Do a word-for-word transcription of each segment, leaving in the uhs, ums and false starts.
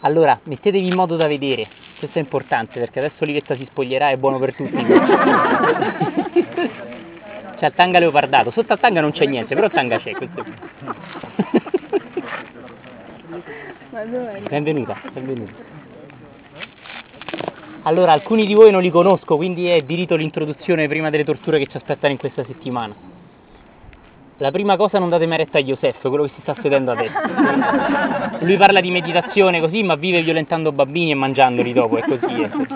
Allora, mettetevi in modo da vedere, questo è importante perché adesso Olivetta si spoglierà, è buono per tutti. C'è il tanga leopardato, sotto al tanga non c'è niente, però il tanga c'è, questo è... Ma dov'è? Benvenuta, benvenuta. Allora, alcuni di voi non li conosco, quindi è diritto l'introduzione prima delle torture che ci aspettano in questa settimana. La prima cosa, non date mai retta a Yosef, quello che si sta sedendo adesso. Lui parla di meditazione così, ma vive violentando bambini e mangiandoli dopo, è così. È così.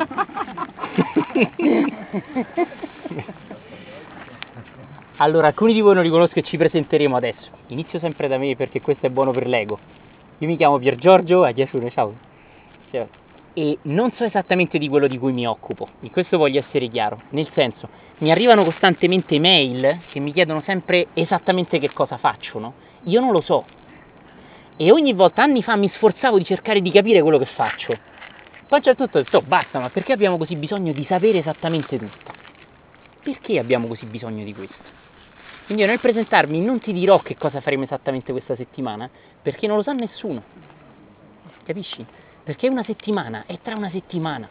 Allora, alcuni di voi non li conosco e ci presenteremo adesso. Inizio sempre da me perché questo è buono per l'ego. Io mi chiamo Pier Giorgio, a Chiasune, ciao. Ciao. E non so esattamente di quello di cui mi occupo, in questo voglio essere chiaro, nel senso, mi arrivano costantemente mail che mi chiedono sempre esattamente che cosa faccio, no? Io non lo so. E ogni volta, anni fa, mi sforzavo di cercare di capire quello che faccio. Poi a un certo punto ho detto, basta, ma perché abbiamo così bisogno di sapere esattamente tutto? Perché abbiamo così bisogno di questo? Quindi io nel presentarmi non ti dirò che cosa faremo esattamente questa settimana, perché non lo sa nessuno. Capisci? Perché una settimana è tra una settimana.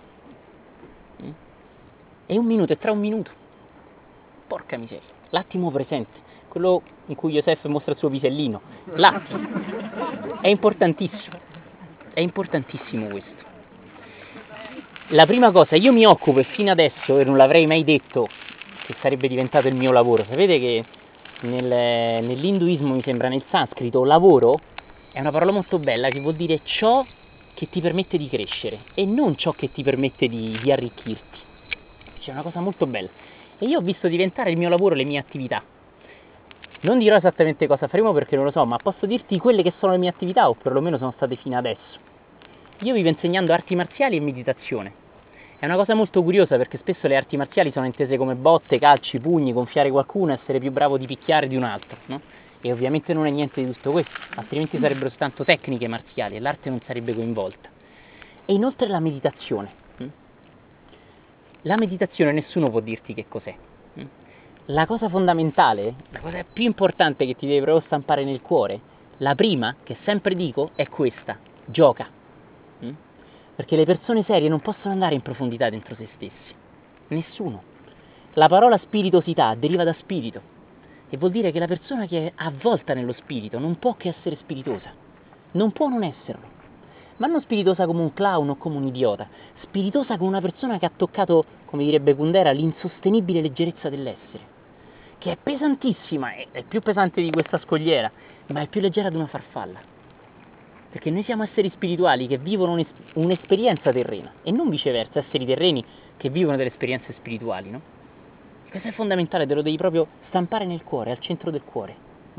E un minuto è tra un minuto. Porca miseria. L'attimo presente. Quello in cui Yosef mostra il suo pisellino. L'attimo. È importantissimo. È importantissimo questo. La prima cosa, io mi occupo, e fino adesso, e non l'avrei mai detto, che sarebbe diventato il mio lavoro. Sapete che nel, nell'induismo, mi sembra, nel sanscrito, lavoro è una parola molto bella che vuol dire ciò che ti permette di crescere e non ciò che ti permette di, di arricchirti. C'è una cosa molto bella. E io ho visto diventare il mio lavoro le mie attività. Non dirò esattamente cosa faremo perché non lo so, ma posso dirti quelle che sono le mie attività, o perlomeno sono state fino adesso. Io vivo insegnando arti marziali e meditazione. È una cosa molto curiosa perché spesso le arti marziali sono intese come botte, calci, pugni, gonfiare qualcuno, essere più bravo di picchiare di un altro, no? E ovviamente non è niente di tutto questo, altrimenti sarebbero soltanto tecniche marziali e l'arte non sarebbe coinvolta. E inoltre la meditazione. La meditazione nessuno può dirti che cos'è. La cosa fondamentale, la cosa più importante che ti deve proprio stampare nel cuore, la prima, che sempre dico, è questa: gioca. Perché le persone serie non possono andare in profondità dentro se stessi. Nessuno. La parola spiritosità deriva da spirito. E vuol dire che la persona che è avvolta nello spirito non può che essere spiritosa. Non può non esserlo. Ma non spiritosa come un clown o come un idiota. Spiritosa come una persona che ha toccato, come direbbe Kundera, l'insostenibile leggerezza dell'essere. Che è pesantissima, è più pesante di questa scogliera, ma è più leggera di una farfalla. Perché noi siamo esseri spirituali che vivono un'es- un'esperienza terrena e non viceversa, esseri terreni che vivono delle esperienze spirituali, no? Questo è fondamentale, te lo devi proprio stampare nel cuore, al centro del cuore.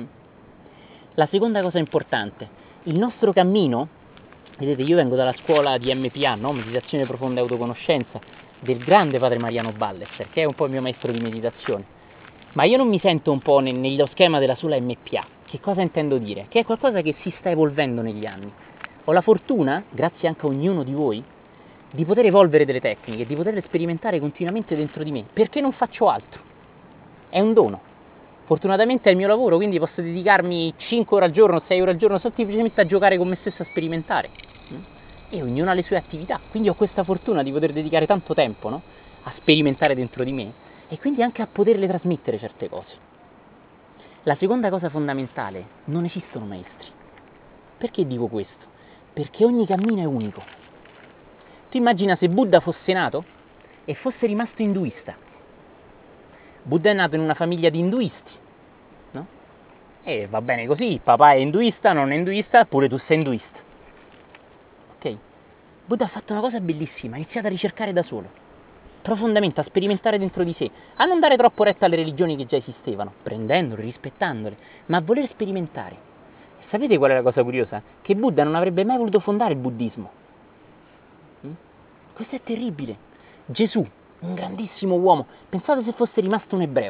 La seconda cosa importante, il nostro cammino, vedete, io vengo dalla scuola di M P A, no? Meditazione profonda e autoconoscenza, del grande padre Mariano Ballester, che è un po' il mio maestro di meditazione. Ma io non mi sento un po' nello schema della sola M P A. Che cosa intendo dire? Che è qualcosa che si sta evolvendo negli anni. Ho la fortuna, grazie anche a ognuno di voi, di poter evolvere delle tecniche, di poterle sperimentare continuamente dentro di me, perché non faccio altro. È un dono. Fortunatamente è il mio lavoro, quindi posso dedicarmi cinque ore al giorno, sei ore al giorno, semplicemente a giocare con me stesso, a sperimentare. E ognuno ha le sue attività, quindi ho questa fortuna di poter dedicare tanto tempo, no? A sperimentare dentro di me e quindi anche a poterle trasmettere certe cose. La seconda cosa fondamentale, non esistono maestri. Perché dico questo? Perché ogni cammino è unico. Tu immagina se Buddha fosse nato e fosse rimasto induista. Buddha è nato in una famiglia di induisti, no? E va bene così, papà è induista, non è induista, pure tu sei induista. Ok? Buddha ha fatto una cosa bellissima, ha iniziato a ricercare da solo, profondamente, a sperimentare dentro di sé, a non dare troppo retta alle religioni che già esistevano, prendendole, rispettandole, ma a voler sperimentare. E sapete qual è la cosa curiosa? Che Buddha non avrebbe mai voluto fondare il buddismo. Mm? Questo è terribile. Gesù, un grandissimo uomo, pensate se fosse rimasto un ebreo.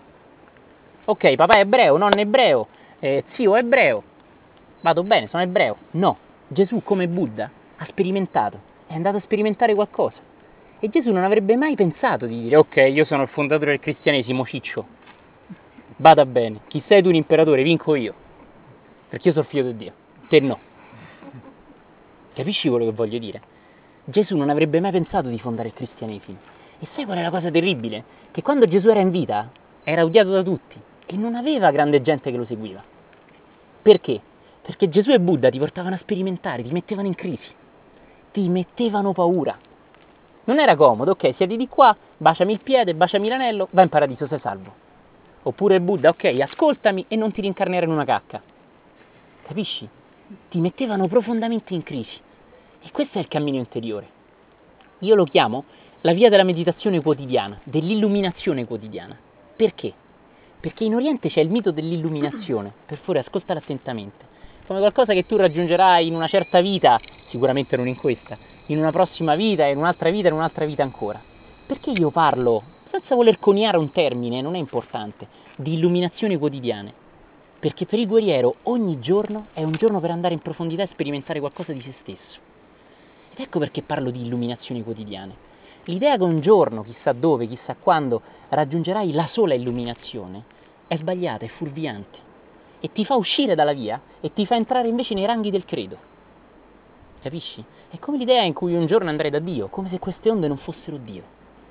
Ok, papà è ebreo, nonno è ebreo, eh, zio è ebreo, vado bene, sono ebreo. No, Gesù come Buddha ha sperimentato, è andato a sperimentare qualcosa. E Gesù non avrebbe mai pensato di dire, ok, io sono il fondatore del cristianesimo, ciccio, vada bene, chi sei tu un imperatore, vinco io, perché io sono il figlio di Dio, te no. Capisci quello che voglio dire? Gesù non avrebbe mai pensato di fondare il cristianesimo. E sai qual è la cosa terribile? Che quando Gesù era in vita era odiato da tutti e non aveva grande gente che lo seguiva. Perché? Perché Gesù e Buddha ti portavano a sperimentare, ti mettevano in crisi, ti mettevano paura. Non era comodo, ok, siedi di qua, baciami il piede, baciami l'anello, vai in paradiso, sei salvo. Oppure il Buddha, ok, ascoltami e non ti rincarnare in una cacca. Capisci? Ti mettevano profondamente in crisi. E questo è il cammino interiore. Io lo chiamo la via della meditazione quotidiana, dell'illuminazione quotidiana. Perché? Perché in Oriente c'è il mito dell'illuminazione. Per favore, ascoltala attentamente. Come qualcosa che tu raggiungerai in una certa vita, sicuramente non in questa, in una prossima vita, in un'altra vita, in un'altra vita ancora. Perché io parlo, senza voler coniare un termine, non è importante, di illuminazione quotidiana? Perché per il guerriero ogni giorno è un giorno per andare in profondità e sperimentare qualcosa di se stesso. Ed ecco perché parlo di illuminazioni quotidiane. L'idea che un giorno, chissà dove, chissà quando, raggiungerai la sola illuminazione è sbagliata, è fuorviante. E ti fa uscire dalla via e ti fa entrare invece nei ranghi del credo. Capisci? È come l'idea in cui un giorno andrai da Dio, come se queste onde non fossero Dio.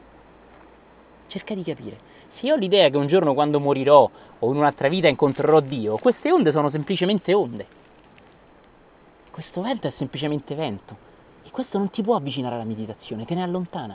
Cerca di capire. Se io ho l'idea che un giorno quando morirò o in un'altra vita incontrerò Dio, queste onde sono semplicemente onde. Questo vento è semplicemente vento. E questo non ti può avvicinare alla meditazione, te ne allontana.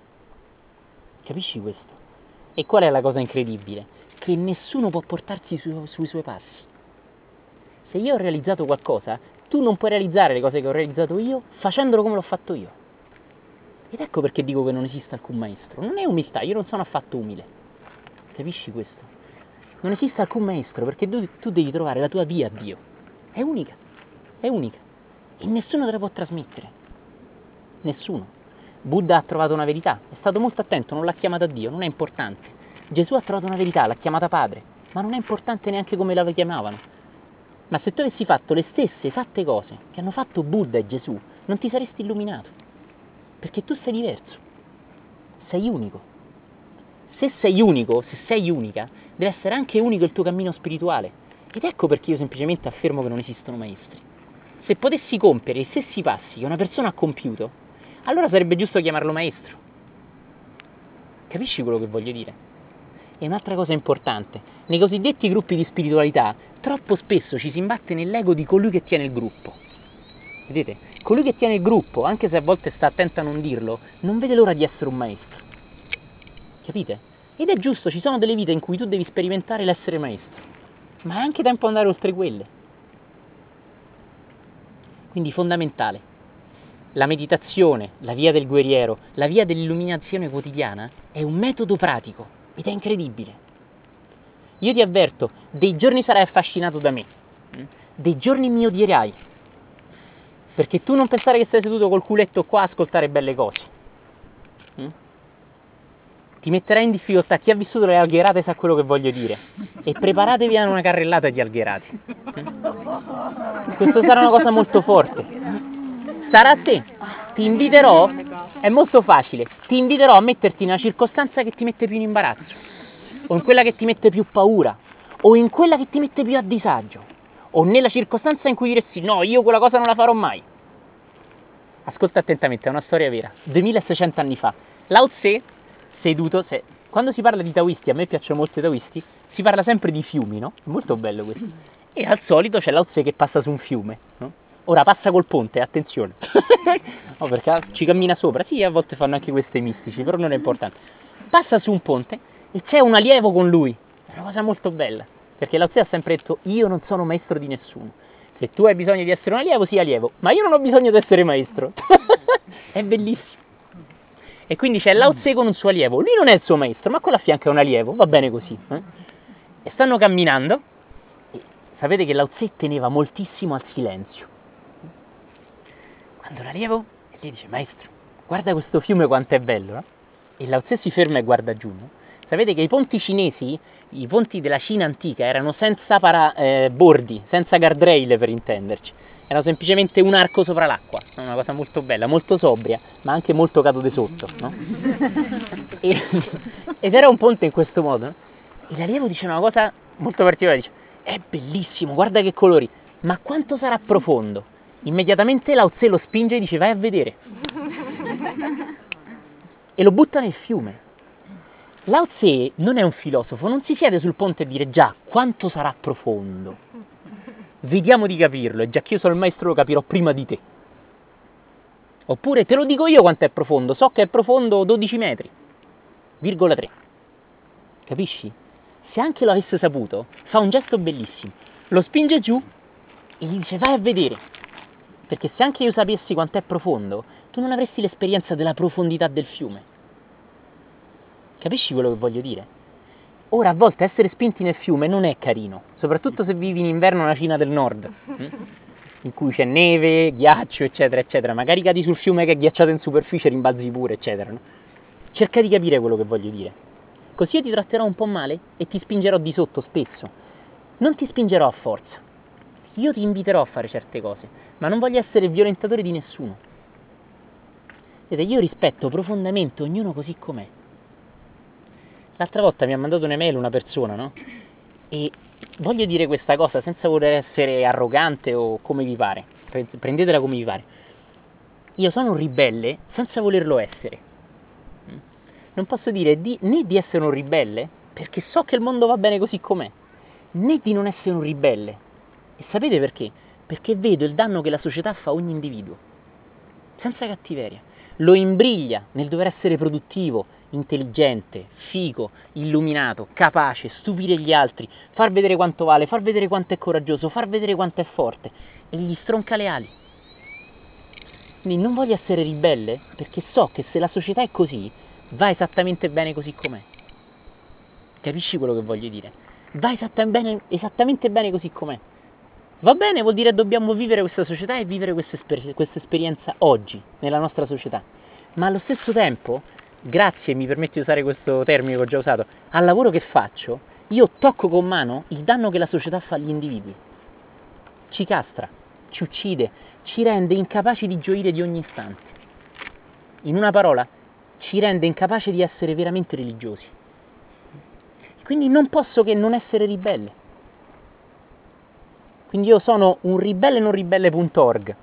Capisci questo? E qual è la cosa incredibile? Che nessuno può portarsi su, sui suoi passi. Se io ho realizzato qualcosa, tu non puoi realizzare le cose che ho realizzato io facendolo come l'ho fatto io. Ed ecco perché dico che non esiste alcun maestro. Non è umiltà, io non sono affatto umile. Capisci questo? Non esiste alcun maestro perché tu, tu devi trovare la tua via a Dio. È unica, è unica. E nessuno te la può trasmettere. Nessuno. Buddha ha trovato una verità, è stato molto attento, non l'ha chiamata Dio, non è importante. Gesù ha trovato una verità, l'ha chiamata Padre, ma non è importante neanche come la chiamavano. Ma se tu avessi fatto le stesse esatte cose che hanno fatto Buddha e Gesù, non ti saresti illuminato. Perché tu sei diverso. Sei unico. Se sei unico, se sei unica, deve essere anche unico il tuo cammino spirituale. Ed ecco perché io semplicemente affermo che non esistono maestri. Se potessi compiere gli stessi passi che una persona ha compiuto, allora sarebbe giusto chiamarlo maestro. Capisci quello che voglio dire? E un'altra cosa importante, nei cosiddetti gruppi di spiritualità, troppo spesso ci si imbatte nell'ego di colui che tiene il gruppo. Vedete? Colui che tiene il gruppo, anche se a volte sta attento a non dirlo, non vede l'ora di essere un maestro. Capite? Ed è giusto, ci sono delle vite in cui tu devi sperimentare l'essere maestro, ma è anche tempo andare oltre quelle. Quindi fondamentale. La meditazione, la via del guerriero, la via dell'illuminazione quotidiana è un metodo pratico ed è incredibile. Io ti avverto, dei giorni sarai affascinato da me, dei giorni mi odierai, perché tu non pensare che stai seduto col culetto qua a ascoltare belle cose. Ti metterai in difficoltà, chi ha vissuto le algherate sa quello che voglio dire, e preparatevi a una carrellata di algherati. Questo sarà una cosa molto forte. Sarà a te, ti inviterò, è molto facile, ti inviterò a metterti in una circostanza che ti mette più in imbarazzo, o in quella che ti mette più paura, o in quella che ti mette più a disagio, o nella circostanza in cui diresti no, io quella cosa non la farò mai. Ascolta attentamente, è una storia vera, duemilaseicento anni fa, Lao Tse, seduto, se... quando si parla di taoisti, a me piacciono molto i taoisti, si parla sempre di fiumi, no? È molto bello questo. E al solito c'è Lao Tse che passa su un fiume, no? Ora passa col ponte, attenzione. No, perché ci cammina sopra. Sì, a volte fanno anche queste mistici, però non è importante. Passa su un ponte e c'è un allievo con lui. È una cosa molto bella, perché Lao Tse ha sempre detto io non sono maestro di nessuno. Se tu hai bisogno di essere un allievo, sii allievo, ma io non ho bisogno di essere maestro. È bellissimo. E quindi c'è Lao Tse con un suo allievo. Lui non è il suo maestro, ma quello a fianco è un allievo, va bene così. Eh? E stanno camminando e sapete che Lao Tse teneva moltissimo al silenzio. Quando l'allievo gli dice maestro, guarda questo fiume quanto è bello, no? E Lao Tse si ferma e guarda giù, no? Sapete che i ponti cinesi, i ponti della Cina antica erano senza para, eh, bordi, senza guardrail per intenderci, erano semplicemente un arco sopra l'acqua, una cosa molto bella, molto sobria, ma anche molto caduto di sotto, no? e, ed era un ponte in questo modo, no? E l'allievo dice una cosa molto particolare, dice è bellissimo, guarda che colori, ma quanto sarà profondo? Immediatamente Lao Tse lo spinge e dice vai a vedere. E lo butta nel fiume. Lao Tse non è un filosofo, non si siede sul ponte e dire già quanto sarà profondo. Vediamo di capirlo e già che io sono il maestro lo capirò prima di te. Oppure te lo dico io quanto è profondo, so che è profondo dodici metri, virgola tre. Capisci? Se anche lo avesse saputo, fa un gesto bellissimo, lo spinge giù e gli dice vai a vedere. Perché se anche io sapessi quanto è profondo, tu non avresti l'esperienza della profondità del fiume. Capisci quello che voglio dire? Ora, a volte essere spinti nel fiume non è carino, soprattutto se vivi in inverno nella Cina del Nord, hm? in cui c'è neve, ghiaccio, eccetera, eccetera. Magari cadi sul fiume che è ghiacciato in superficie, rimbalzi pure, eccetera. No? Cerca di capire quello che voglio dire. Così io ti tratterò un po' male e ti spingerò di sotto spesso. Non ti spingerò a forza. Io ti inviterò a fare certe cose, ma non voglio essere violentatore di nessuno. Vedete, io rispetto profondamente ognuno così com'è. L'altra volta mi ha mandato un'email una persona, no? E voglio dire questa cosa senza voler essere arrogante o come vi pare. Prendetela come vi pare. Io sono un ribelle senza volerlo essere. Non posso dire di, né di essere un ribelle, perché so che il mondo va bene così com'è, né di non essere un ribelle. E sapete perché? Perché vedo il danno che la società fa a ogni individuo. Senza cattiveria. Lo imbriglia nel dover essere produttivo, intelligente, figo, illuminato, capace, stupire gli altri, far vedere quanto vale, far vedere quanto è coraggioso, far vedere quanto è forte, e gli stronca le ali. Quindi non voglio essere ribelle perché so che se la società è così, va esattamente bene così com'è. Capisci quello che voglio dire? Va esattamente bene, esattamente bene così com'è. Va bene, vuol dire che dobbiamo vivere questa società e vivere questa esper- questa esperienza oggi, nella nostra società. Ma allo stesso tempo, grazie, mi permetti di usare questo termine che ho già usato, al lavoro che faccio, io tocco con mano il danno che la società fa agli individui. Ci castra, ci uccide, ci rende incapaci di gioire di ogni istante. In una parola, ci rende incapaci di essere veramente religiosi. Quindi non posso che non essere ribelle. Quindi io sono un ribelle non ribelle punto org.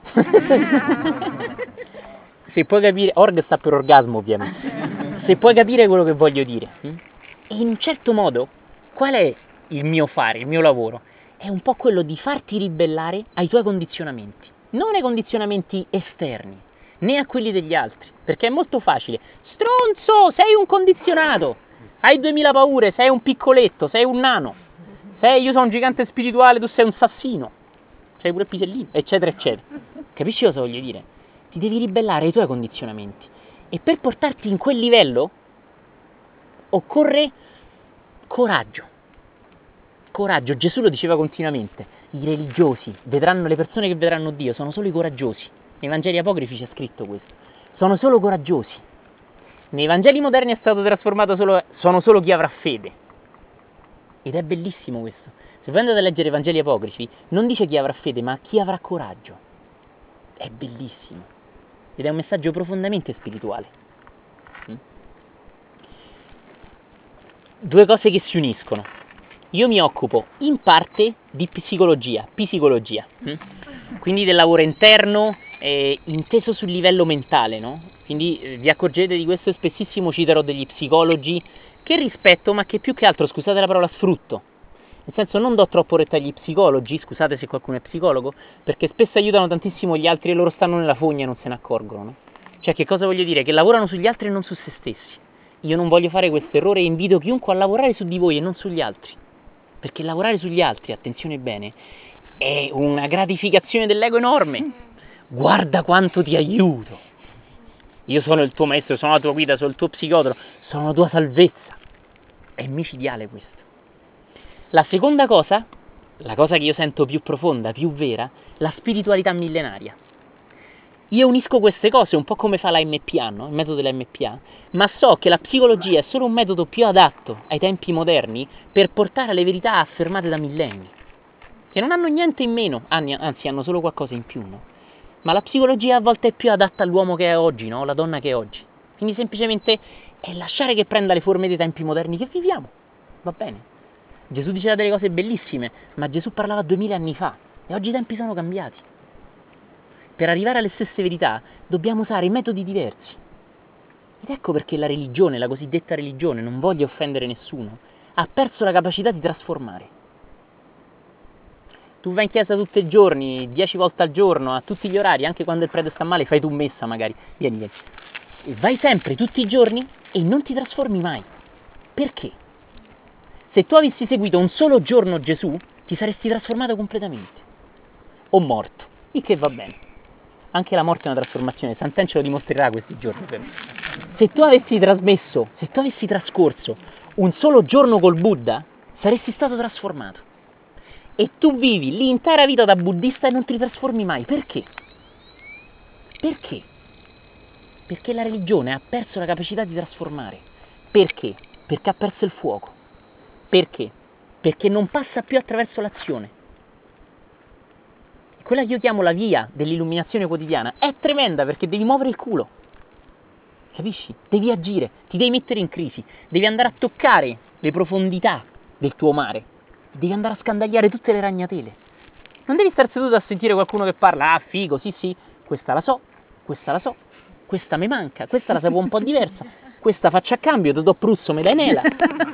Se puoi capire, org sta per orgasmo ovviamente. Se puoi capire quello che voglio dire. E in un certo modo, qual è il mio fare, il mio lavoro? È un po' quello di farti ribellare ai tuoi condizionamenti. Non ai condizionamenti esterni, né a quelli degli altri. Perché è molto facile. Stronzo, sei un condizionato. Hai duemila paure, sei un piccoletto, sei un nano. Sei, io sono un gigante spirituale, tu sei un sassino. Sei pure il pisellino, eccetera, eccetera. Capisci cosa voglio dire? Ti devi ribellare ai tuoi condizionamenti. E per portarti in quel livello occorre coraggio. Coraggio, Gesù lo diceva continuamente. I religiosi vedranno, le persone che vedranno Dio sono solo i coraggiosi. Nei Vangeli apocrifi c'è scritto questo. Sono solo coraggiosi. Nei Vangeli moderni è stato trasformato solo, sono solo chi avrà fede. Ed è bellissimo questo. Se voi andate a leggere i Vangeli apocrifi, non dice chi avrà fede, ma chi avrà coraggio. È bellissimo. Ed è un messaggio profondamente spirituale. Mm? Due cose che si uniscono. Io mi occupo in parte di psicologia, psicologia. Mm? Quindi del lavoro interno, eh, inteso sul livello mentale, no? Quindi eh, vi accorgete di questo e spessissimo citerò degli psicologi che rispetto, ma che più che altro, scusate la parola, sfrutto. Nel senso, non do troppo retta agli psicologi, scusate se qualcuno è psicologo, perché spesso aiutano tantissimo gli altri e loro stanno nella fogna e non se ne accorgono, no? Cioè, che cosa voglio dire? Che lavorano sugli altri e non su se stessi. Io non voglio fare questo errore e invito chiunque a lavorare su di voi e non sugli altri. Perché lavorare sugli altri, attenzione bene, è una gratificazione dell'ego enorme. Guarda quanto ti aiuto. Io sono il tuo maestro, sono la tua guida, sono il tuo psicologo, sono la tua salvezza. È micidiale questo. La seconda cosa, la cosa che io sento più profonda, più vera, la spiritualità millenaria. Io unisco queste cose un po' come fa la M P A, no? Il metodo della M P A, ma so che la psicologia è solo un metodo più adatto ai tempi moderni per portare alle verità affermate da millenni, che non hanno niente in meno, anzi hanno solo qualcosa in più, no? Ma la psicologia a volte è più adatta all'uomo che è oggi, no? La donna che è oggi. Quindi semplicemente è lasciare che prenda le forme dei tempi moderni che viviamo. Va bene? Gesù diceva delle cose bellissime, ma Gesù parlava duemila anni fa e oggi i tempi sono cambiati. per arrivare alle stesse verità dobbiamo usare metodi diversi. Ed ecco perché la religione, la cosiddetta religione, non voglio offendere nessuno, ha perso la capacità di trasformare. Tu vai in chiesa tutti i giorni, dieci volte al giorno, a tutti gli orari, anche quando il prete sta male, fai tu messa magari, vieni, vieni. E vai sempre, tutti i giorni, e non ti trasformi mai. Perché? Se tu avessi seguito un solo giorno Gesù, ti saresti trasformato completamente. O morto, il che va bene. Anche la morte è una trasformazione, Sant'En ce lo dimostrerà questi giorni però. Se tu avessi trasmesso, se tu avessi trascorso un solo giorno col Buddha, saresti stato trasformato. E tu vivi l'intera vita da buddista e non ti trasformi mai. Perché? Perché? Perché la religione ha perso la capacità di trasformare. Perché? Perché ha perso il fuoco. Perché? Perché non passa più attraverso l'azione. Quella che io chiamo la via dell'illuminazione quotidiana è tremenda perché devi muovere il culo. Capisci? Devi agire, ti devi mettere in crisi, devi andare a toccare le profondità del tuo mare, devi andare a scandagliare tutte le ragnatele. Non devi stare seduto a sentire qualcuno che parla, ah figo, sì sì, questa la so, questa la so, questa mi manca, questa la sapevo un po' diversa, questa faccio a cambio, Totò Prusso me dai nela.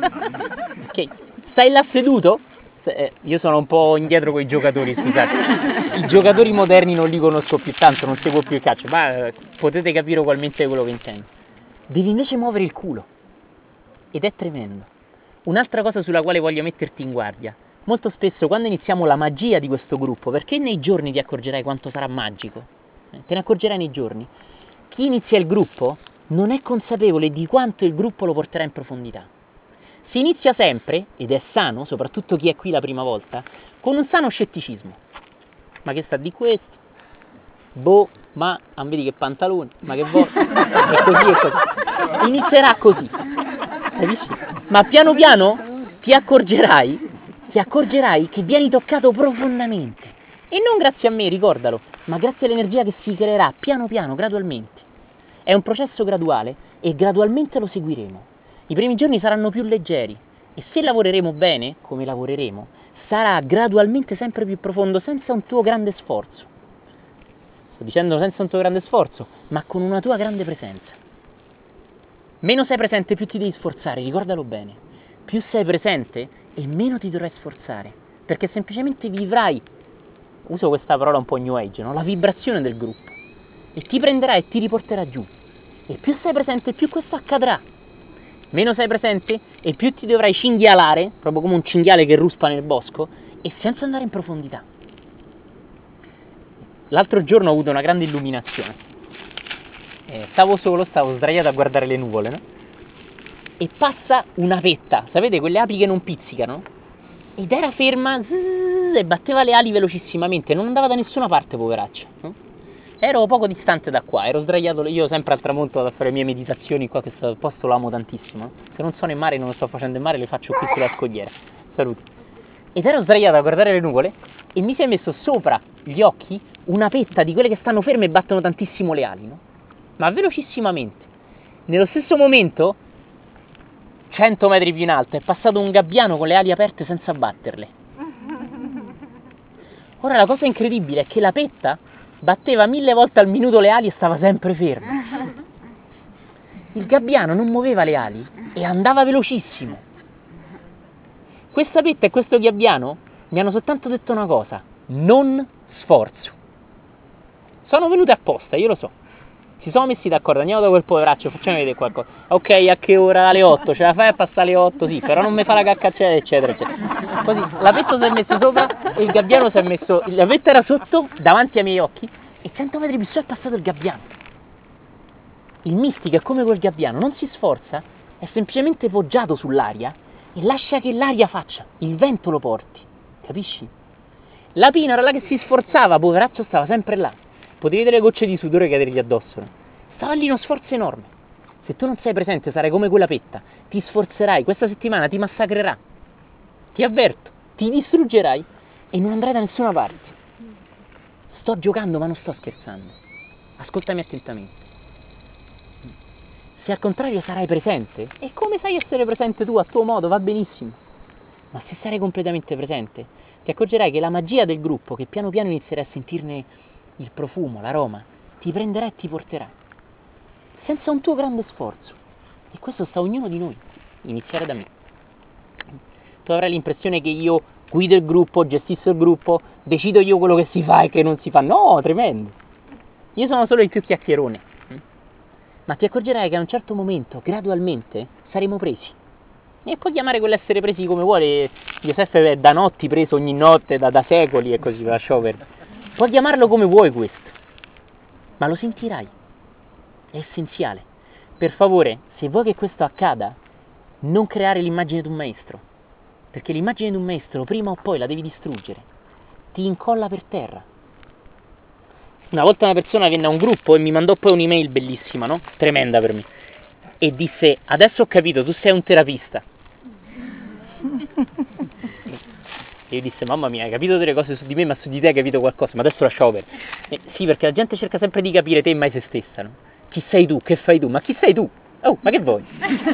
Ok, stai là seduto? Eh, io sono un po' indietro con i giocatori, scusate. I giocatori moderni non li conosco più tanto, non seguo più il calcio, ma eh, potete capire ugualmente quello che intendo. Devi invece muovere il culo. Ed è tremendo. Un'altra cosa sulla quale voglio metterti in guardia. Molto spesso quando iniziamo la magia di questo gruppo, perché nei giorni ti accorgerai quanto sarà magico, eh, te ne accorgerai nei giorni, chi inizia il gruppo non è consapevole di quanto il gruppo lo porterà in profondità. Si inizia sempre, ed è sano, soprattutto chi è qui la prima volta, con un sano scetticismo. Ma che sta di questo? Boh, ma, ah, vedi che pantaloni, ma che vuoi? E così e così. Inizierà così, capisci? Ma piano piano ti accorgerai, ti accorgerai che vieni toccato profondamente. E non grazie a me, ricordalo, ma grazie all'energia che si creerà piano piano, gradualmente. È un processo graduale e gradualmente lo seguiremo. I primi giorni saranno più leggeri e se lavoreremo bene, come lavoreremo, sarà gradualmente sempre più profondo senza un tuo grande sforzo. Sto dicendo senza un tuo grande sforzo, ma con una tua grande presenza. Meno sei presente, più ti devi sforzare, ricordalo bene. Più sei presente e meno ti dovrai sforzare, perché semplicemente vivrai, uso questa parola un po' new age, no? La vibrazione del gruppo, e ti prenderà e ti riporterà giù. E più sei presente, più questo accadrà. Meno sei presente e più ti dovrai cinghialare, proprio come un cinghiale che ruspa nel bosco, e senza andare in profondità. L'altro giorno ho avuto una grande illuminazione. Eh, stavo solo, stavo sdraiato a guardare le nuvole, no? E passa una petta, sapete quelle api che non pizzicano? Ed era ferma zzz, e batteva le ali velocissimamente, non andava da nessuna parte, poveraccia, no? Ero poco distante da qua, ero sdraiato, io sempre al tramonto vado a fare le mie meditazioni qua, che questo posto lo amo tantissimo. Se non sono in mare, non lo sto facendo in mare, le faccio qui sulla scogliera. Saluti. Ed ero sdraiato a guardare le nuvole e mi si è messo sopra gli occhi una petta di quelle che stanno ferme e battono tantissimo le ali, no? Ma velocissimamente. Nello stesso momento, cento metri più in alto, è passato un gabbiano con le ali aperte senza batterle. Ora la cosa incredibile è che la petta batteva mille volte al minuto le ali e stava sempre ferma. Il gabbiano non muoveva le ali e andava velocissimo. Questa petta e questo gabbiano mi hanno soltanto detto una cosa: non sforzo. Sono venute apposta, io lo so. Si sono messi d'accordo, andiamo da quel poveraccio, facciamo vedere qualcosa. Ok, a che ora? Alle otto, ce la fai a passare alle otto? Sì, però non mi fa la cacca, eccetera, eccetera. Così, la petta si è messa sopra e il gabbiano si è messo... La petta era sotto, davanti ai miei occhi, e cento metri più su è passato il gabbiano. Il mistico è come quel gabbiano, non si sforza, è semplicemente poggiato sull'aria e lascia che l'aria faccia, il vento lo porti, capisci? La pina era là che si sforzava, poveraccio, stava sempre là. Potevi vedere le gocce di sudore cadergli addosso, no? Stava lì uno sforzo enorme. Se tu non sei presente sarai come quella petta, ti sforzerai, questa settimana ti massacrerà, ti avverto, ti distruggerai e non andrai da nessuna parte. Sto giocando ma non sto scherzando, ascoltami attentamente. Se al contrario sarai presente, e come sai essere presente tu a tuo modo, va benissimo, ma se sarai completamente presente ti accorgerai che la magia del gruppo, che piano piano inizierai a sentirne il profumo, l'aroma, ti prenderà e ti porterà. Senza un tuo grande sforzo. E questo sta a ognuno di noi. Iniziare da me. Tu avrai l'impressione che io guido il gruppo, gestisco il gruppo, decido io quello che si fa e che non si fa. No, tremendo. Io sono solo il più chiacchierone. Ma ti accorgerai che a un certo momento, gradualmente, saremo presi. E puoi chiamare quell'essere presi come vuole. Giuseppe è da notti preso ogni notte, da, da secoli e così, lasciamo perdere. Puoi chiamarlo come vuoi questo. Ma lo sentirai. È essenziale. Per favore, se vuoi che questo accada, non creare l'immagine di un maestro. Perché l'immagine di un maestro prima o poi la devi distruggere. Ti incolla per terra. Una volta una persona venne a un gruppo e mi mandò poi un'email bellissima, no? Tremenda per me. E disse, adesso ho capito, tu sei un terapista. E io disse, mamma mia, hai capito delle cose su di me, ma su di te hai capito qualcosa, ma adesso lasciamo perdere. Eh, sì, perché la gente cerca sempre di capire te e mai se stessa, no? Chi sei tu? Che fai tu? Ma chi sei tu? Oh, ma che vuoi?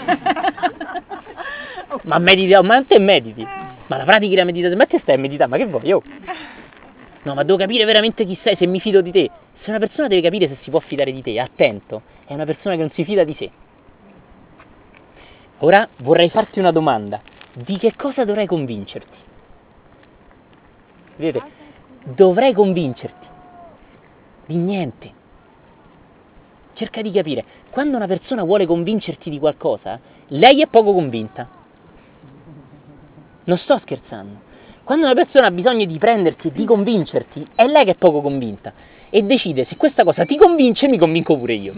Ma mediti, ma te mediti? Ma la pratichi la meditazione? Ma che stai a meditare? Ma che vuoi? Oh. No, ma devo capire veramente chi sei, se mi fido di te. Se una persona deve capire se si può fidare di te, attento, è una persona che non si fida di sé. Ora vorrei farti una domanda. Di che cosa dovrei convincerti? Vedete? Dovrei convincerti. Di niente. Cerca di capire. Quando una persona vuole convincerti di qualcosa, lei è poco convinta. Non sto scherzando. Quando una persona ha bisogno di prenderti e di convincerti, è lei che è poco convinta. E decide, se questa cosa ti convince, mi convinco pure io.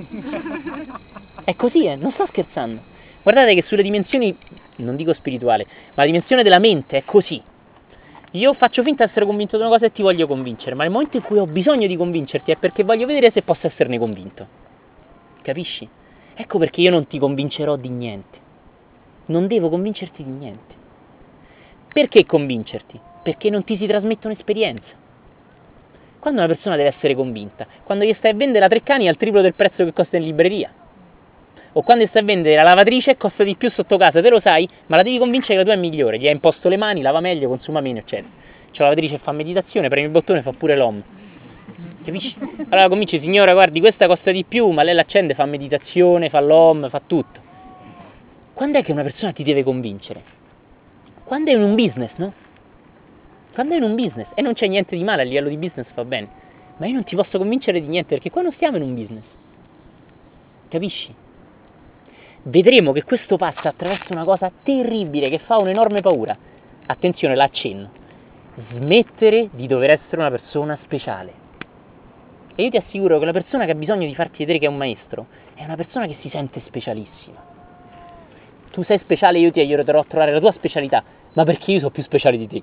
È così, eh? Non sto scherzando. Guardate che sulle dimensioni, non dico spirituale, ma la dimensione della mente è così. Io faccio finta di essere convinto di una cosa e ti voglio convincere, ma nel momento in cui ho bisogno di convincerti è perché voglio vedere se posso esserne convinto. Capisci? Ecco perché io non ti convincerò di niente. Non devo convincerti di niente. Perché convincerti? Perché non ti si trasmette un'esperienza. Quando una persona deve essere convinta? Quando gli stai a vendere la Treccani al triplo del prezzo che costa in libreria. O quando gli stai a vendere la lavatrice e costa di più sotto casa, te lo sai, ma la devi convincere che la tua è migliore. Gli hai imposto le mani, lava meglio, consuma meno, eccetera. C'è la lavatrice che fa meditazione, premi il bottone, fa pure l'om. Capisci? Allora convinci, signora, guardi, questa costa di più, ma lei l'accende, fa meditazione, fa l'om, fa tutto. Quando è che una persona ti deve convincere? Quando è in un business, no? Quando è in un business, e non c'è niente di male, a livello di business va bene, ma io non ti posso convincere di niente perché qua non stiamo in un business. Capisci? Vedremo che questo passa attraverso una cosa terribile che fa un'enorme paura. Attenzione, l'accenno. Smettere di dover essere una persona speciale. E io ti assicuro che la persona che ha bisogno di farti vedere che è un maestro è una persona che si sente specialissima. Tu sei speciale, io ti aiuterò a trovare la tua specialità, ma perché io sono più speciale di te.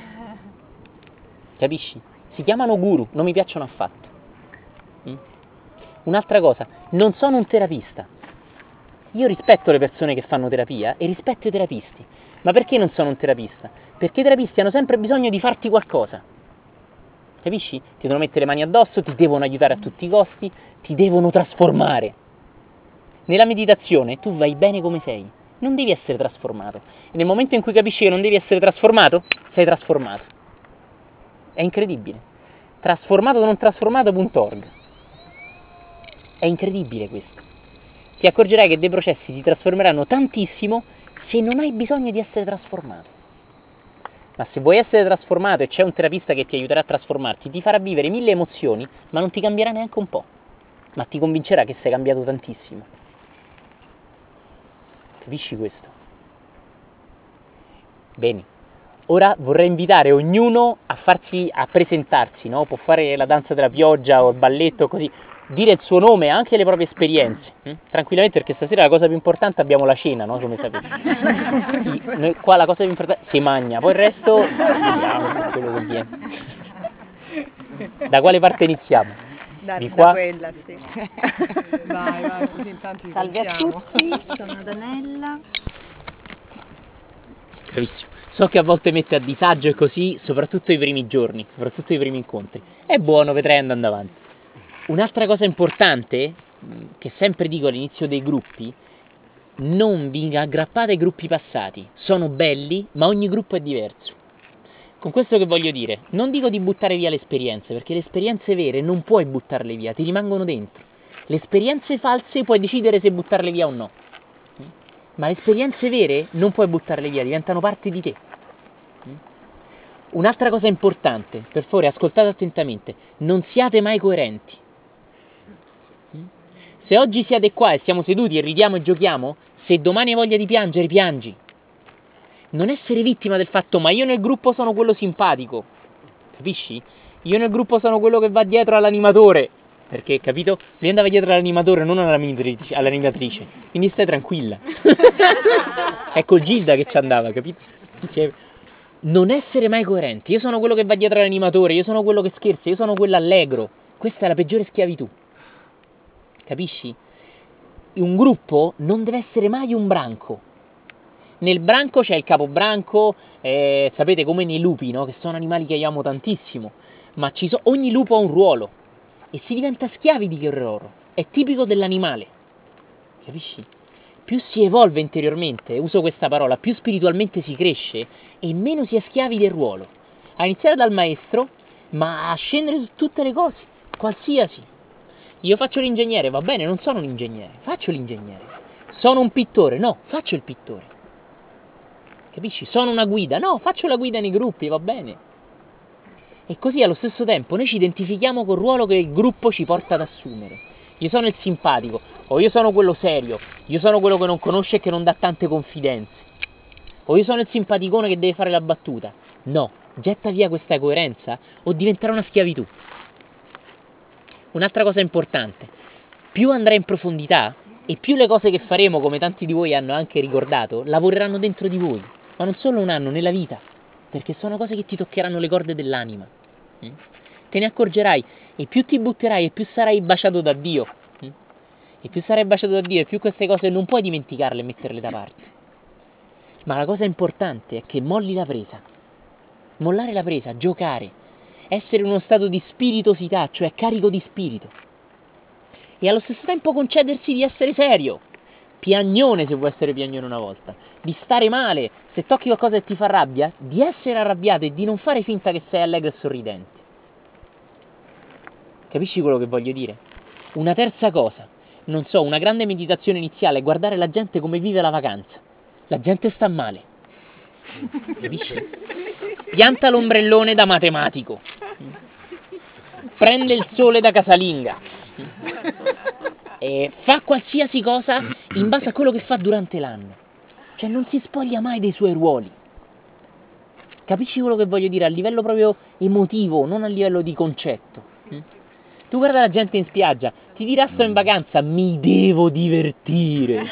Capisci? Si chiamano guru, non mi piacciono affatto. Mm? Un'altra cosa, non sono un terapista. Io rispetto le persone che fanno terapia e rispetto i terapisti. Ma perché non sono un terapista? Perché i terapisti hanno sempre bisogno di farti qualcosa. Capisci? Ti devono mettere le mani addosso, ti devono aiutare a tutti i costi, ti devono trasformare. Nella meditazione tu vai bene come sei. Non devi essere trasformato. E nel momento in cui capisci che non devi essere trasformato, sei trasformato. È incredibile. Trasformato o non trasformato punto org. È incredibile questo. Ti accorgerai che dei processi ti trasformeranno tantissimo se non hai bisogno di essere trasformato. Ma se vuoi essere trasformato e c'è un terapista che ti aiuterà a trasformarti, ti farà vivere mille emozioni, ma non ti cambierà neanche un po'. Ma ti convincerà che sei cambiato tantissimo. Capisci questo? Bene, ora vorrei invitare ognuno a farsi, a presentarsi, no? Può fare la danza della pioggia o il balletto, così, dire il suo nome e anche le proprie esperienze, hm? Tranquillamente, perché stasera la cosa più importante abbiamo la cena, no? Come sapete. Sì, noi qua la cosa più importante si mangia, poi il resto vediamo quello che viene. Da quale parte iniziamo? Da, Di da qua? quella, sì. Vai, vai, così intanto ci Salve a sentiamo. tutti, sono Danella. Bravissimo. So che a volte mette a disagio e così, soprattutto i primi giorni, soprattutto i primi incontri. È buono, vedrai andando avanti. Un'altra cosa importante, che sempre dico all'inizio dei gruppi, non vi aggrappate ai gruppi passati. Sono belli, ma ogni gruppo è diverso. Con questo che voglio dire? Non dico di buttare via le esperienze, perché le esperienze vere non puoi buttarle via, ti rimangono dentro. Le esperienze false puoi decidere se buttarle via o no. Ma le esperienze vere non puoi buttarle via, diventano parte di te. Un'altra cosa importante, per favore ascoltate attentamente, non siate mai coerenti. Se oggi siete qua e siamo seduti e ridiamo e giochiamo, se domani hai voglia di piangere, piangi. Non essere vittima del fatto, ma io nel gruppo sono quello simpatico, capisci? Io nel gruppo sono quello che va dietro all'animatore, perché, capito? Lui andava dietro all'animatore, non all'animatrice, all'animatrice. Quindi stai tranquilla. Ecco Gilda che ci andava, capito? Non essere mai coerenti. Io sono quello che va dietro all'animatore, io sono quello che scherza, io sono quello allegro. Questa è la peggiore schiavitù. Capisci? Un gruppo non deve essere mai un branco. Nel branco c'è il capobranco, eh, sapete come nei lupi, no? Che sono animali che io amo tantissimo. Ma ci so- ogni lupo ha un ruolo. E si diventa schiavi di quel ruolo. È tipico dell'animale. Capisci? Più si evolve interiormente, uso questa parola, più spiritualmente si cresce e meno si è schiavi del ruolo. A iniziare dal maestro, ma a scendere su tutte le cose, qualsiasi. Io faccio l'ingegnere, va bene, non sono un ingegnere, faccio l'ingegnere. Sono un pittore, no, faccio il pittore. Capisci? Sono una guida, no, faccio la guida nei gruppi, va bene. E così allo stesso tempo noi ci identifichiamo col ruolo che il gruppo ci porta ad assumere. Io sono il simpatico, o io sono quello serio, io sono quello che non conosce e che non dà tante confidenze. O io sono il simpaticone che deve fare la battuta. No, getta via questa coerenza o diventerà una schiavitù. Un'altra cosa importante, più andrai in profondità e più le cose che faremo, come tanti di voi hanno anche ricordato, lavoreranno dentro di voi. Ma non solo un anno, nella vita, perché sono cose che ti toccheranno le corde dell'anima. Mm? Te ne accorgerai e più ti butterai e più sarai baciato da Dio. Mm? E più sarai baciato da Dio e più queste cose non puoi dimenticarle e metterle da parte. Ma la cosa importante è che molli la presa. Mollare la presa, giocare, essere in uno stato di spiritosità, cioè carico di spirito. E allo stesso tempo concedersi di essere serio. Piagnone se vuoi essere piagnone una volta. Di stare male, se tocchi qualcosa che ti fa rabbia, di essere arrabbiato e di non fare finta che sei allegro e sorridente. Capisci quello che voglio dire? Una terza cosa, non so, una grande meditazione iniziale è guardare la gente come vive la vacanza. La gente sta male. Capisci? Pianta l'ombrellone da matematico. Prende il sole da casalinga. E fa qualsiasi cosa in base a quello che fa durante l'anno. Cioè non si spoglia mai dei suoi ruoli. Capisci quello che voglio dire? A livello proprio emotivo, non a livello di concetto. Tu guarda la gente in spiaggia, ti dirà sto in vacanza, mi devo divertire.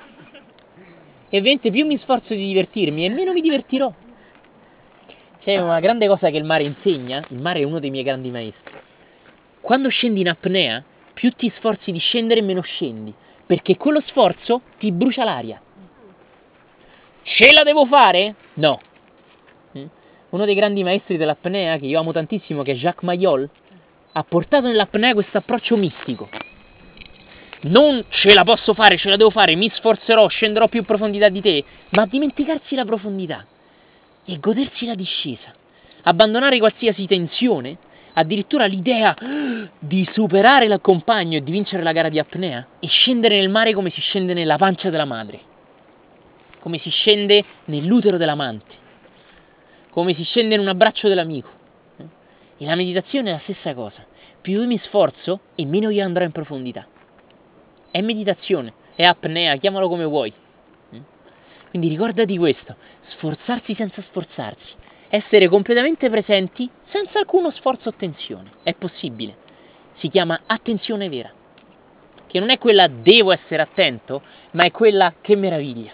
E ovviamente più mi sforzo di divertirmi e meno mi divertirò. C'è una grande cosa che il mare insegna, il mare è uno dei miei grandi maestri. Quando scendi in apnea, più ti sforzi di scendere meno scendi, perché quello sforzo ti brucia l'aria. Ce la devo fare? No. Uno dei grandi maestri dell'apnea, che io amo tantissimo, che è Jacques Mayol, ha portato nell'apnea questo approccio mistico. Non ce la posso fare, ce la devo fare, mi sforzerò, scenderò più in profondità di te, ma dimenticarsi la profondità e godersi la discesa. Abbandonare qualsiasi tensione, addirittura l'idea di superare il compagno e di vincere la gara di apnea e scendere nel mare come si scende nella pancia della madre, come si scende nell'utero dell'amante, come si scende in un abbraccio dell'amico. E la meditazione è la stessa cosa. Più io mi sforzo e meno io andrò in profondità. È meditazione, è apnea, chiamalo come vuoi. Quindi ricordati questo, sforzarsi senza sforzarsi, essere completamente presenti senza alcuno sforzo o tensione. È possibile. Si chiama attenzione vera, che non è quella devo essere attento, ma è quella che meraviglia.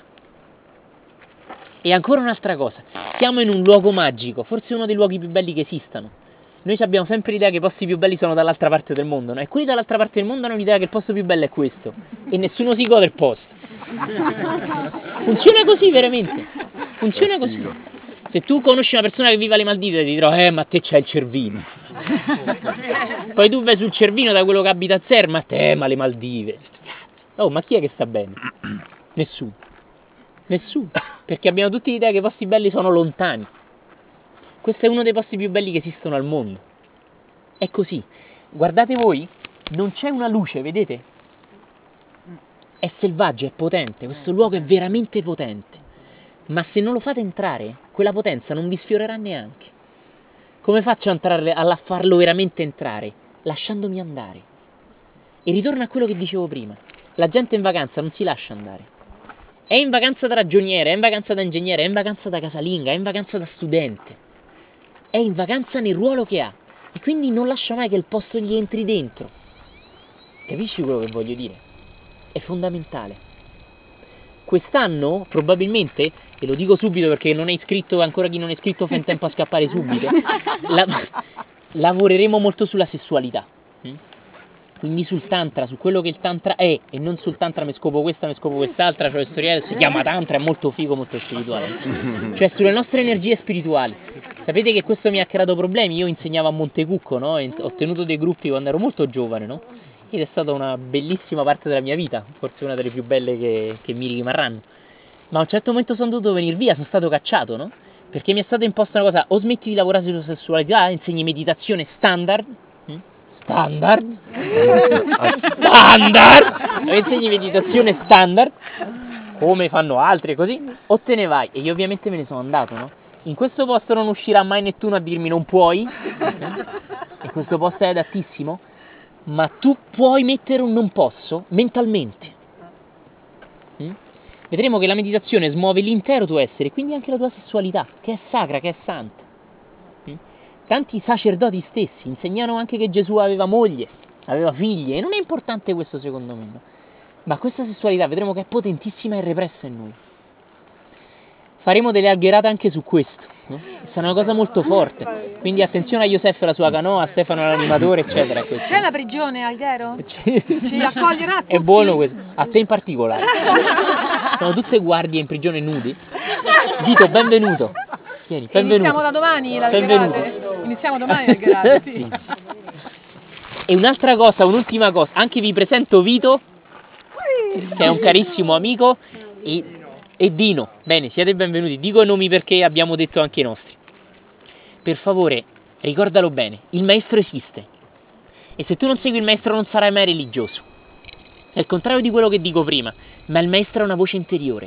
E ancora un'altra cosa, siamo in un luogo magico, forse uno dei luoghi più belli che esistano. Noi abbiamo sempre l'idea che i posti più belli sono dall'altra parte del mondo, no? E quelli dall'altra parte del mondo hanno l'idea che il posto più bello è questo. E nessuno si gode il posto. Funziona così, veramente. Funziona così. Se tu conosci una persona che vive alle Maldive, ti dirò, eh, ma te c'hai il Cervino. Poi tu vai sul Cervino da quello che abita a Zer, ma te, ma le Maldive. Oh, ma chi è che sta bene? Nessuno. Nessuno. Perché abbiamo tutti l'idea che i posti belli sono lontani. Questo è uno dei posti più belli che esistono al mondo. È così. Guardate voi, non c'è una luce, vedete? È selvaggio, è potente, questo luogo è veramente potente. Ma se non lo fate entrare, quella potenza non vi sfiorerà neanche. Come faccio a, entrare, a farlo veramente entrare? Lasciandomi andare. E ritorno a quello che dicevo prima. La gente in vacanza non si lascia andare. È in vacanza da ragioniere, è in vacanza da ingegnere, è in vacanza da casalinga, è in vacanza da studente. È in vacanza nel ruolo che ha. E quindi non lascia mai che il posto gli entri dentro. Capisci quello che voglio dire? È fondamentale. Quest'anno, probabilmente, e lo dico subito perché non è iscritto, ancora chi non è iscritto fa in tempo a scappare subito, la, lavoreremo molto sulla sessualità. Quindi sul tantra, su quello che il tantra è, e non sul tantra mi scopo questa, mi scopo quest'altra, cioè storiale, si chiama tantra, è molto figo, molto spirituale. Cioè sulle nostre energie spirituali. Sapete che questo mi ha creato problemi? Io insegnavo a Montecucco, no? Ho tenuto dei gruppi quando ero molto giovane, no? Ed è stata una bellissima parte della mia vita, forse una delle più belle che, che mi rimarranno. Ma a un certo momento sono dovuto venire via, sono stato cacciato, no? Perché mi è stata imposta una cosa, o smetti di lavorare sulla sessualità, insegni meditazione standard, standard, standard, o insegni meditazione standard, come fanno altri e così, o te ne vai. E io ovviamente me ne sono andato, no? In questo posto non uscirà mai Nettuno a dirmi non puoi, e questo posto è adattissimo, ma tu puoi mettere un non posso mentalmente. Mm? Vedremo che la meditazione smuove l'intero tuo essere, quindi anche la tua sessualità, che è sacra, che è santa. Mm? Tanti sacerdoti stessi insegnano anche che Gesù aveva moglie, aveva figlie, e non è importante questo secondo me, no? Ma questa sessualità vedremo che è potentissima e repressa in noi. Faremo delle algherate anche su questo, no? Sarà una cosa molto forte. Quindi attenzione a Josef e la sua canoa, a Stefano l'animatore, eccetera. C'è la prigione, Alghero? C'è... Ci accoglierà tutti? È buono questo, a te in particolare. Sono tutte guardie in prigione nudi. Vito, benvenuto. Vieni, benvenuto. Iniziamo da domani l'algherate? Iniziamo domani l'algherate, sì. Sì. E un'altra cosa, un'ultima cosa, anche vi presento Vito, che è un carissimo amico, e... e Dino. Bene, siete benvenuti. Dico i nomi perché abbiamo detto anche i nostri. Per favore, ricordalo bene, il maestro esiste. E se tu non segui il maestro non sarai mai religioso. È il contrario di quello che dico prima, ma il maestro è una voce interiore.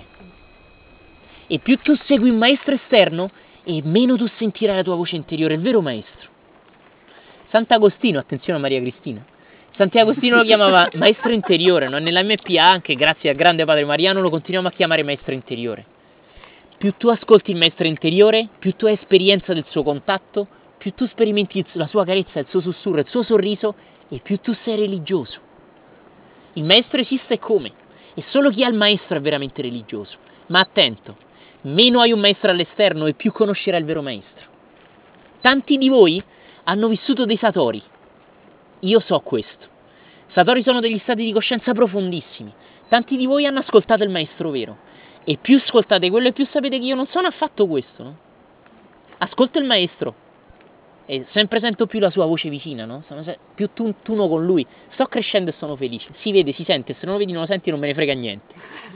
E più tu segui un maestro esterno, e meno tu sentirai la tua voce interiore, il vero maestro. Sant'Agostino, attenzione a Maria Cristina, Sant'Agostino lo chiamava maestro interiore, no? Nella M P A anche, grazie al grande padre Mariano, lo continuiamo a chiamare maestro interiore. Più tu ascolti il maestro interiore, più tu hai esperienza del suo contatto, più tu sperimenti la sua carezza, il suo sussurro, il suo sorriso, e più tu sei religioso. Il maestro esiste come? E solo chi ha il maestro è veramente religioso. Ma attento, meno hai un maestro all'esterno e più conoscerai il vero maestro. Tanti di voi hanno vissuto dei satori. Io so questo. Satori sono degli stati di coscienza profondissimi. Tanti di voi hanno ascoltato il maestro vero. E più ascoltate quello e più sapete che io non sono affatto questo, no? Ascolto il maestro e sempre sento più la sua voce vicina, no? Sono più tuno con lui. Sto crescendo e sono felice. Si vede, si sente. Se non lo vedi, non lo senti, non me ne frega niente.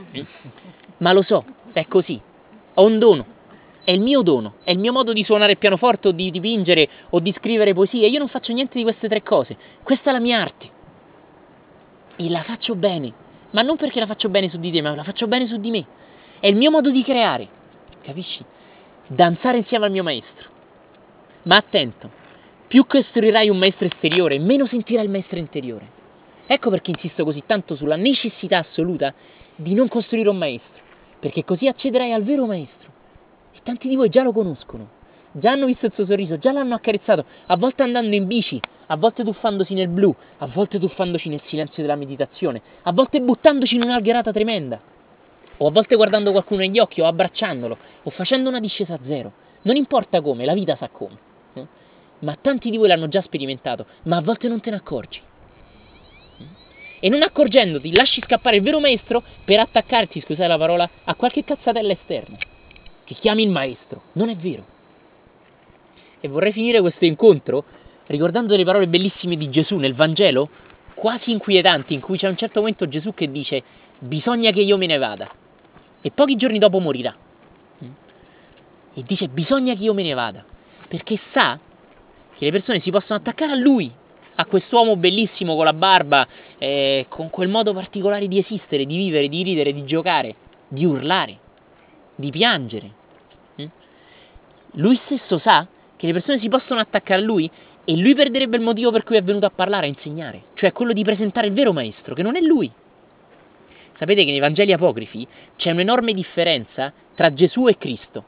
Ma lo so, è così. Ho un dono. È il mio dono. È il mio modo di suonare il pianoforte o di dipingere o di scrivere poesie. Io non faccio niente di queste tre cose. Questa è la mia arte. E la faccio bene. Ma non perché la faccio bene su di te, ma la faccio bene su di me. È il mio modo di creare. Capisci? Danzare insieme al mio maestro. Ma attento, più costruirai un maestro esteriore, meno sentirai il maestro interiore. Ecco perché insisto così tanto sulla necessità assoluta di non costruire un maestro, perché così accederai al vero maestro. E tanti di voi già lo conoscono, già hanno visto il suo sorriso, già l'hanno accarezzato, a volte andando in bici, a volte tuffandosi nel blu, a volte tuffandoci nel silenzio della meditazione, a volte buttandoci in un'algherata tremenda, o a volte guardando qualcuno negli occhi o abbracciandolo, o facendo una discesa a zero. Non importa come, la vita sa come. Eh? Ma tanti di voi l'hanno già sperimentato, ma a volte non te ne accorgi. E non accorgendoti, lasci scappare il vero maestro per attaccarti, scusate la parola, a qualche cazzatella esterna, che chiami il maestro. Non è vero. E vorrei finire questo incontro ricordando delle parole bellissime di Gesù nel Vangelo, quasi inquietanti, in cui c'è un certo momento Gesù che dice: bisogna che io me ne vada. E pochi giorni dopo morirà. E dice: bisogna che io me ne vada. perché sa che le persone si possono attaccare a lui, a quest'uomo bellissimo con la barba, eh, con quel modo particolare di esistere, di vivere, di ridere, di giocare, di urlare, di piangere. Mm? Lui stesso sa che le persone si possono attaccare a lui e lui perderebbe il motivo per cui è venuto a parlare, a insegnare, cioè quello di presentare il vero maestro, che non è lui. Sapete che nei Vangeli apocrifi c'è un'enorme differenza tra Gesù e Cristo.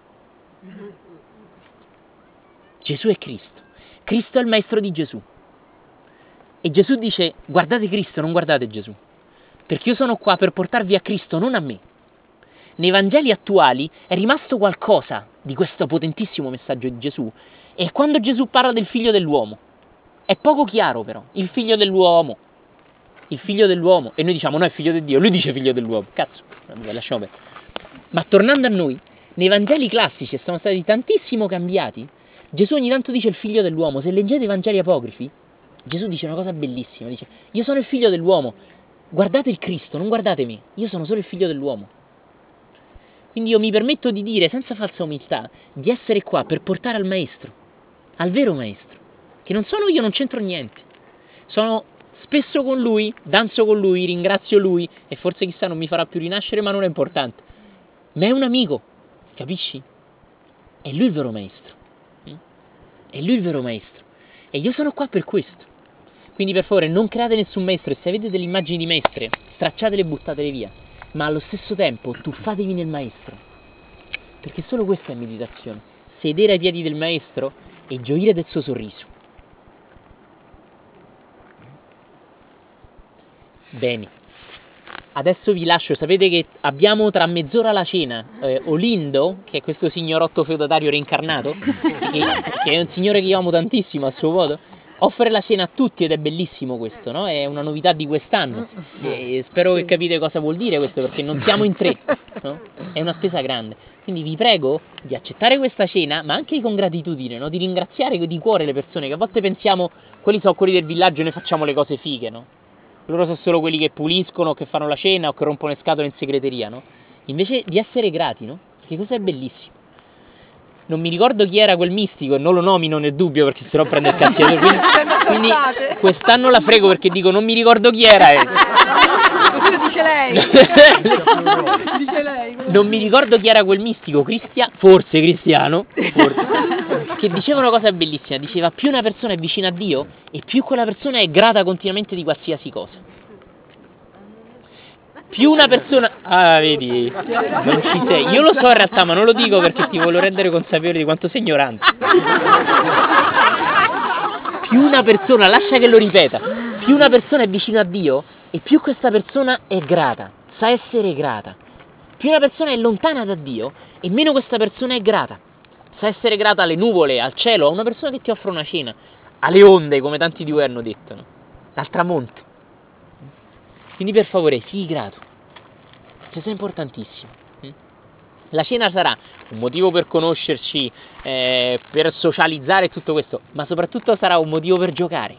Gesù è Cristo. Cristo è il maestro di Gesù. E Gesù dice: guardate Cristo, non guardate Gesù, perché io sono qua per portarvi a Cristo, non a me. Nei Vangeli attuali è rimasto qualcosa di questo potentissimo messaggio di Gesù, e quando Gesù parla del figlio dell'uomo, è poco chiaro però, il figlio dell'uomo, il figlio dell'uomo, e noi diciamo no, è figlio di Dio, lui dice figlio dell'uomo, cazzo, vabbè, lasciamo perdere. Ma tornando a noi, nei Vangeli classici sono stati tantissimo cambiati. Gesù ogni tanto dice il figlio dell'uomo. Se leggete i Vangeli apocrifi, Gesù dice una cosa bellissima, dice: io sono il figlio dell'uomo, guardate il Cristo, non guardate me, io sono solo il figlio dell'uomo. Quindi io mi permetto di dire, senza falsa umiltà, di essere qua per portare al maestro, al vero maestro, che non sono io, non c'entro niente. Sono spesso con lui, danzo con lui, ringrazio lui, e forse chissà non mi farà più rinascere, ma non è importante. Ma è un amico, capisci? È lui il vero maestro. È lui il vero maestro. E io sono qua per questo. Quindi per favore non create nessun maestro, e se avete delle immagini di maestre, stracciatele e buttatele via. Ma allo stesso tempo tuffatevi nel maestro. Perché solo questa è meditazione. Sedere ai piedi del maestro e gioire del suo sorriso. Bene. Adesso vi lascio, sapete che abbiamo tra mezz'ora la cena, eh, Olindo, che è questo signorotto feudatario reincarnato, che, che è un signore che io amo tantissimo a suo modo, offre la cena a tutti ed è bellissimo questo, no? È una novità di quest'anno, e spero che capite cosa vuol dire questo, perché non siamo in tre, no? È una spesa grande, quindi vi prego di accettare questa cena, ma anche con gratitudine, no? Di ringraziare di cuore le persone, che a volte pensiamo, quelli sono quelli del villaggio e noi facciamo le cose fighe, no? Loro sono solo quelli che puliscono, che fanno la cena o che rompono le scatole in segreteria, no? Invece di essere grati, no? Perché questo è bellissimo. Non mi ricordo chi era quel mistico, e non lo nomino nel dubbio perché sennò prende il cazziato. Quindi, quindi quest'anno la frego perché dico non mi ricordo chi era. Eh. Così lo dice lei. Dice lei. Non mi ricordo chi era quel mistico, Cristia, forse cristiano, forse, che diceva una cosa bellissima. Diceva: più una persona è vicina a Dio e più quella persona è grata continuamente di qualsiasi cosa. Più una persona... Ah, vedi, non ci sei. Io lo so in realtà, ma non lo dico perché ti voglio rendere consapevole di quanto sei ignorante. Più una persona, lascia che lo ripeta, più una persona è vicino a Dio e più questa persona è grata, sa essere grata. Più una persona è lontana da Dio e meno questa persona è grata. Sa essere grata alle nuvole, al cielo, a una persona che ti offre una cena, alle onde, come tanti di voi hanno detto, no? Al tramonto. Quindi per favore, sii grato. Questo è importantissimo. La cena sarà un motivo per conoscerci, eh, per socializzare tutto questo, ma soprattutto sarà un motivo per giocare.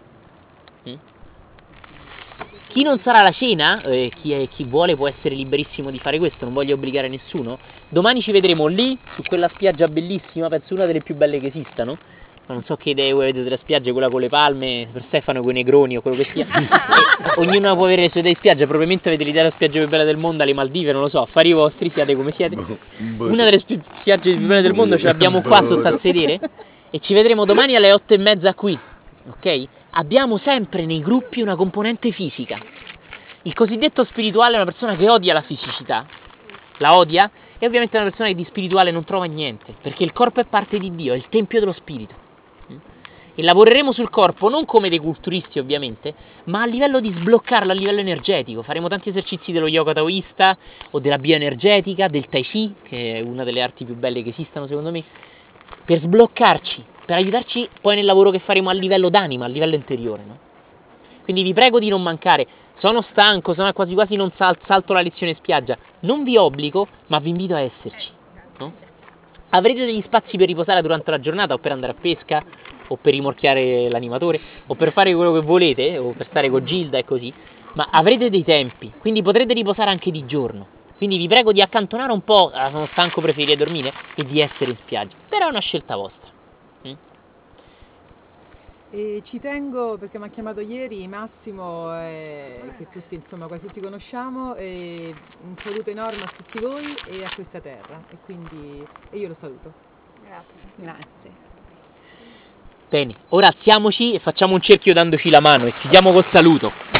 Chi non sarà la cena, eh, chi, è, chi vuole può essere liberissimo di fare questo, non voglio obbligare nessuno. Domani ci vedremo lì, su quella spiaggia bellissima, penso una delle più belle che esistano. Ma non so che idee voi avete delle spiagge, quella con le palme, per Stefano con i negroni o quello che sia. Ognuno può avere le sue idee di spiaggia, probabilmente avete l'idea della spiaggia più bella del mondo alle Maldive, non lo so, affari vostri, siate come siete. Una delle spi- spiagge più belle del mondo ce l'abbiamo qua sotto al sedere e ci vedremo domani alle otto e mezza qui, ok? Abbiamo sempre nei gruppi una componente fisica. Il cosiddetto spirituale è una persona che odia la fisicità, la odia, e ovviamente è una persona che di spirituale non trova niente, perché il corpo è parte di Dio, è il tempio dello spirito. E lavoreremo sul corpo non come dei culturisti ovviamente, ma a livello di sbloccarlo a livello energetico. Faremo tanti esercizi dello yoga taoista o della bioenergetica, del tai chi, che è una delle arti più belle che esistano secondo me, per sbloccarci, per aiutarci poi nel lavoro che faremo a livello d'anima, a livello interiore, no? Quindi vi prego di non mancare. Sono stanco, sono quasi quasi non sal- salto la lezione in spiaggia. Non vi obbligo, ma vi invito a esserci, no? Avrete degli spazi per riposare durante la giornata o per andare a pesca o per rimorchiare l'animatore o per fare quello che volete o per stare con Gilda e così, ma avrete dei tempi, quindi potrete riposare anche di giorno. Quindi vi prego di accantonare un po', ah, sono stanco, preferirei dormire, e di essere in spiaggia. Però è una scelta vostra. Mm? E ci tengo perché mi ha chiamato ieri Massimo, eh, che tutti, insomma, quasi tutti conosciamo, e un saluto enorme a tutti voi e a questa terra. E quindi e io lo saluto. Grazie. Grazie. Bene, ora alziamoci e facciamo un cerchio dandoci la mano e chiudiamo col saluto.